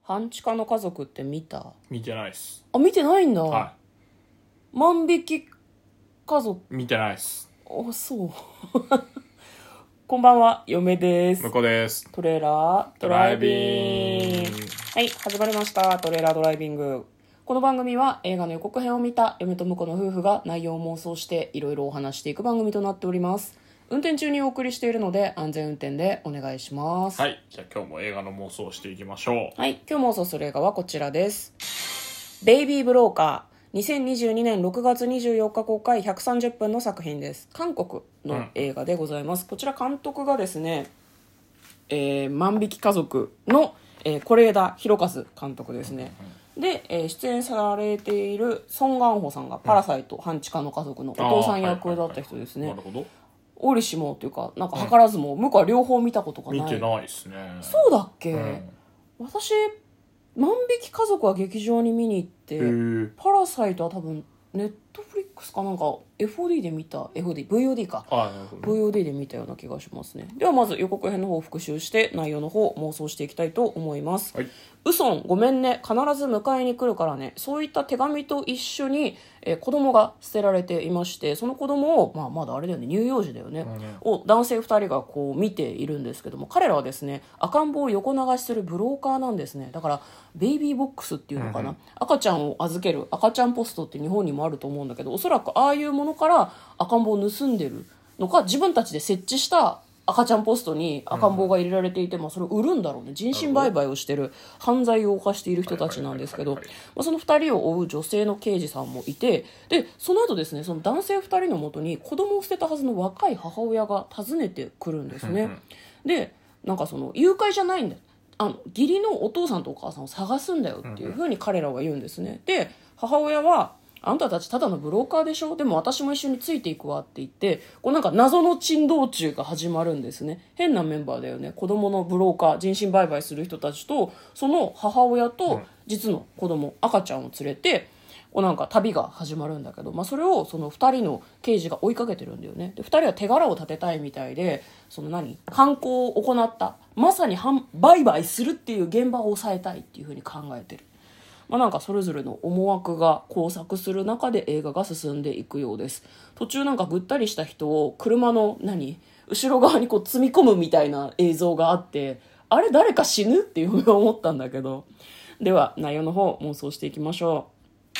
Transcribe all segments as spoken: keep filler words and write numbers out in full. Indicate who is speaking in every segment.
Speaker 1: 半地下の家族って見た？
Speaker 2: 見てないっす。
Speaker 1: あ、見てないんだ。
Speaker 2: は
Speaker 1: 万引き家族。
Speaker 2: い。見てないっす。
Speaker 1: あ、そう。こんばんは、嫁です。
Speaker 2: 向こうです。
Speaker 1: トレーラードライビング。はい、始まりました。トレーラードライビング。この番組は映画の予告編を見た嫁と婿の夫婦が内容を妄想していろいろお話していく番組となっております。運転中にお送りしているので安全運転でお願いします。
Speaker 2: はい。じゃあ今日も映画の妄想をしていきましょう。
Speaker 1: はい、今日妄想する映画はこちらです。ベイビーブローカー。にせんにじゅうにねんろくがつにじゅうよっか公開ひゃくさんじゅっぷんの作品です。韓国の映画でございます。うん、こちら監督がですね、えー、万引き家族の、えー、是枝裕和監督ですね。うんうん、で、えー、出演されているソン・ガンホさんがパラサイト、うん、半地下の家族のお父さん役だった人ですね。
Speaker 2: なるほど。
Speaker 1: 折しもというか、なんか図らずも、うん、向こうは両方見たことがない。
Speaker 2: 見てないですね。
Speaker 1: そうだっけ、うん、私万引き家族は劇場に見に行って、パラサイトは多分ネットフリックスかなんか エフオーディー で見た エフオーディー、ブイオーディー か、ブイオーディー で見たような気がしますね。ではまず予告編の方を復習して内容の方を妄想していきたいと思います。はい、ウソンごめんね、必ず迎えに来るからね、そういった手紙と一緒に、えー、子供が捨てられていまして、その子供を、まあ、まだあれだよね、乳幼児だよね、うん、を男性ふたりがこう見ているんですけども、彼らはですね赤ん坊を横流しするブローカーなんですね。だからベイビーボックスっていうのかな、うん、赤ちゃんを預ける赤ちゃんポストって日本にもあると思うんだけど、おそらくああいうものから赤ん坊を盗んでるのか、自分たちで設置した赤ちゃんポストに赤ん坊が入れられていて、うん、まあ、それを売るんだろうね。人身売買をしてる、犯罪を犯している人たちなんですけど、そのふたりを追う女性の刑事さんもいて、でその後ですね、その男性ふたりのもとに子供を捨てたはずの若い母親が訪ねてくるんですね。でなんかその誘拐じゃないんだ、あの義理のお父さんとお母さんを探すんだよっていうふうに彼らは言うんですね。で母親はあんたたちただのブローカーでしょ、でも私も一緒についていくわって言って、こうなんか謎の珍道中が始まるんですね。変なメンバーだよね。子供のブローカー、人身売買する人たちと、その母親と実の子供、赤ちゃんを連れてこうなんか旅が始まるんだけど、まあ、それをそのふたりの刑事が追いかけてるんだよね。でふたりは手柄を立てたいみたいで、その何犯行を行ったまさに売買するっていう現場を抑えたいっていうふうに考えてる。まあ、なんかそれぞれの思惑が交錯する中で映画が進んでいくようです。途中なんかぐったりした人を車の何後ろ側にこう積み込むみたいな映像があって、あれ誰か死ぬっていうふうに思ったんだけど。では内容の方妄想していきましょう。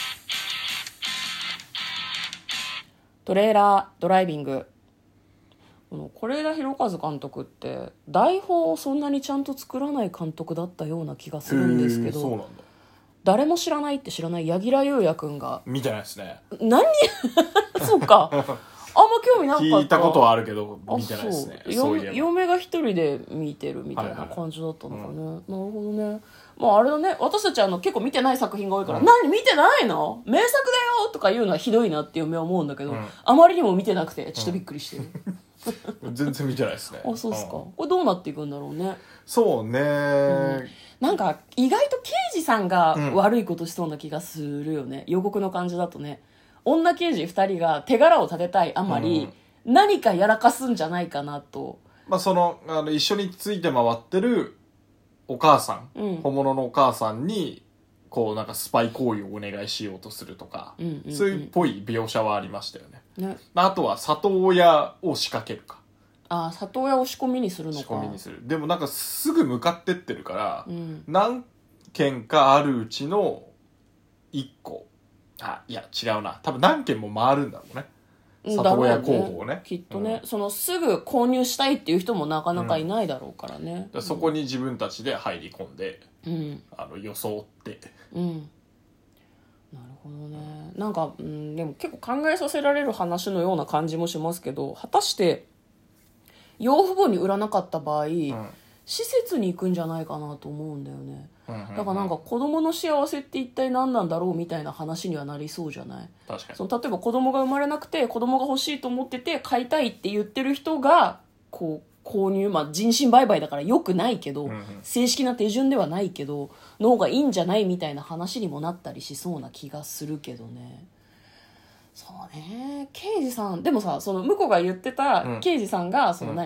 Speaker 1: トレーラードライビング。この是枝裕和監督って台本をそんなにちゃんと作らない監督だったような気がするんですけど、
Speaker 2: そうなんだ。
Speaker 1: 誰も知らないって知らない柳楽優弥くんが
Speaker 2: 見てないですね。
Speaker 1: 何そうか、あんま興味なかった。
Speaker 2: 聞いたことはあるけど見てないですね。
Speaker 1: そうそうい嫁が一人で見てるみたいな感じだったのかね、はいはいうん、なるほどね。まああれだね、私たちあの結構見てない作品が多いから、うん、何見てないの名作だよとか言うのはひどいなって嫁は思うんだけど、うん、あまりにも見てなくてちょっとびっくりしてる、
Speaker 2: うん、全然見てないですね。
Speaker 1: あ、そうですか。これどうなっていくんだろうね。
Speaker 2: そうね、うん、
Speaker 1: なんか意外と刑事さんが悪いことしそうな気がするよね、うん、予告の感じだとね。女刑事ふたりが手柄を立てたいあまり、うん、何かやらかすんじゃないかなと。
Speaker 2: まあその、あの一緒について回ってるお母さん、うん、本物のお母さんにこうなんかスパイ行為をお願いしようとするとか、うんうんうん、そういうっぽい描写はありましたよね。ね、あとは里親を仕掛けるか。
Speaker 1: ああ、里親を仕込みにするのか。
Speaker 2: 仕込みにする。でもなんかすぐ向かってってるから、うん、何件かあるうちのいっこ、あ、いや違うな、多分何件も回るんだろうね、里親候補をね、
Speaker 1: きっとね、うん、そのすぐ購入したいっていう人もなかなかいないだろうからね、
Speaker 2: うん、そこに自分たちで入り込んで、うん、あの装って、
Speaker 1: うん、なるほどね。なんか、うん、でも結構考えさせられる話のような感じもしますけど、果たして養父母に売らなかった場合、うん、施設に行くんじゃないかなと思うんだよね、うんうんうん、だからなんか子供の幸せって一体何なんだろうみたいな話にはなりそうじゃない。
Speaker 2: 確かに。
Speaker 1: その例えば子供が生まれなくて子供が欲しいと思ってて買いたいって言ってる人がこう購入、まあ、人身売買だから良くないけど、うんうん、正式な手順ではないけどの方がいいんじゃないみたいな話にもなったりしそうな気がするけどね。そうね、刑事さんでもさ、その向こうが言ってた刑事さんがその何、うん、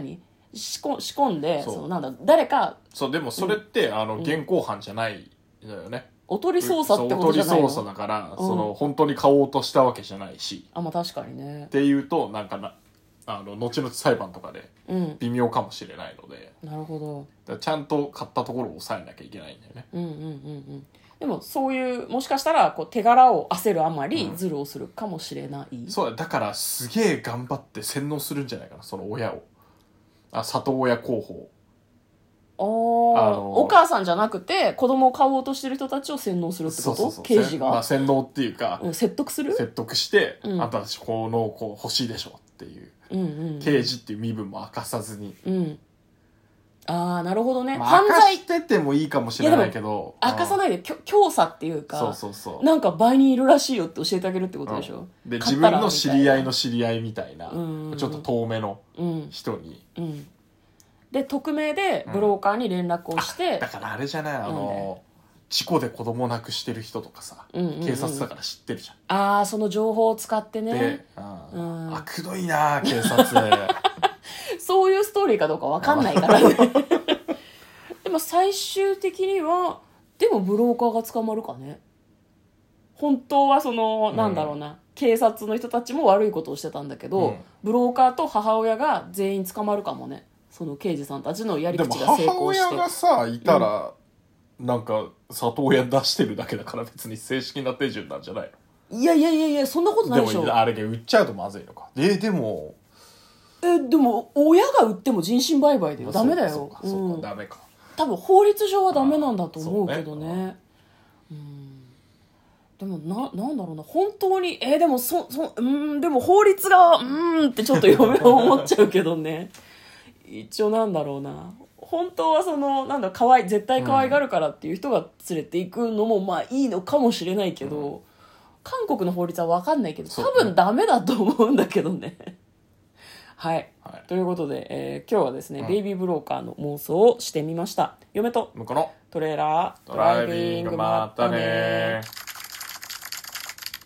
Speaker 1: 仕込仕込んで、そのなんだ、誰か。
Speaker 2: そう、でもそれって、うん、あの、現行犯じゃないのよね。
Speaker 1: おとり捜査ってことじゃないの？
Speaker 2: おとり捜査だから、うん、その、本当に買おうとしたわけじゃないし。
Speaker 1: あ、まあ確かにね。
Speaker 2: っていうと、なんかな、あの、後々裁判とかで、微妙かもしれないので。
Speaker 1: うん、なるほ
Speaker 2: ど。ちゃんと買ったところを抑えなきゃいけないんだよね。
Speaker 1: うんうんうんうん。でもそういうもしかしたらこう手柄を焦るあまりズルをするかもしれない、
Speaker 2: うん、そうだだからすげえ頑張って洗脳するんじゃないかなその親をあ里親候補
Speaker 1: あのお母さんじゃなくて子供を飼おうとしてる人たちを洗脳するってこと？そうそうそう刑事が、
Speaker 2: まあ、洗脳っていうか、
Speaker 1: うん、説得する
Speaker 2: 説得して、うん、あんたたちこの子欲しいでしょっていう、うんうんうん、刑事っていう身分も明かさずに、うん
Speaker 1: ああなるほどね、
Speaker 2: まあ、犯罪明かしててもいいかもしれないけど
Speaker 1: 明かさないで教唆っていうかそうそうそうなんか倍にいるらしいよって教えてあげるってことでしょ、
Speaker 2: うん、で自分の知り合いの知り合いみたいな、うん、ちょっと遠めの人に、
Speaker 1: うんうん、で匿名でブローカーに連絡をして、
Speaker 2: うん、だからあれじゃないあの事故で子供亡くしてる人とかさ、うんうんうん、警察だから知ってるじゃん
Speaker 1: ああその情報を使ってね
Speaker 2: で、うん、あくどいな警察
Speaker 1: そういうストーリーかどうか分かんないからねでも最終的にはでもブローカーが捕まるかね本当はその、うん、なんだろうな警察の人たちも悪いことをしてたんだけど、うん、ブローカーと母親が全員捕まるかもねその刑事さんたちのやり口が成功してでも
Speaker 2: 母親がさいたら、うん、なんか里親出してるだけだから別に正式な手順なんじゃない
Speaker 1: のいやいやいやいやそんなことないでしょ
Speaker 2: でもあれで売っちゃうとまずいのかえでも
Speaker 1: えでも親が売っても人身売買だよダメだよ
Speaker 2: そうかそうか、うん、ダメか
Speaker 1: 多分法律上はダメなんだと思うけど ね, ねうんでもななんだろうな本当にえー、でもそそうんでも法律がうーんってちょっと嫁は思っちゃうけどね一応なんだろうな本当はそのなんだかわい絶対可愛がるからっていう人が連れていくのもまあいいのかもしれないけど、うん、韓国の法律は分かんないけど多分ダメだと思うんだけどねはい、はい、ということで、えー、今日はですね、うん、ベイビーブローカーの妄想をしてみました。嫁と
Speaker 2: 向こうの
Speaker 1: トレーラー
Speaker 2: ドライビングまったね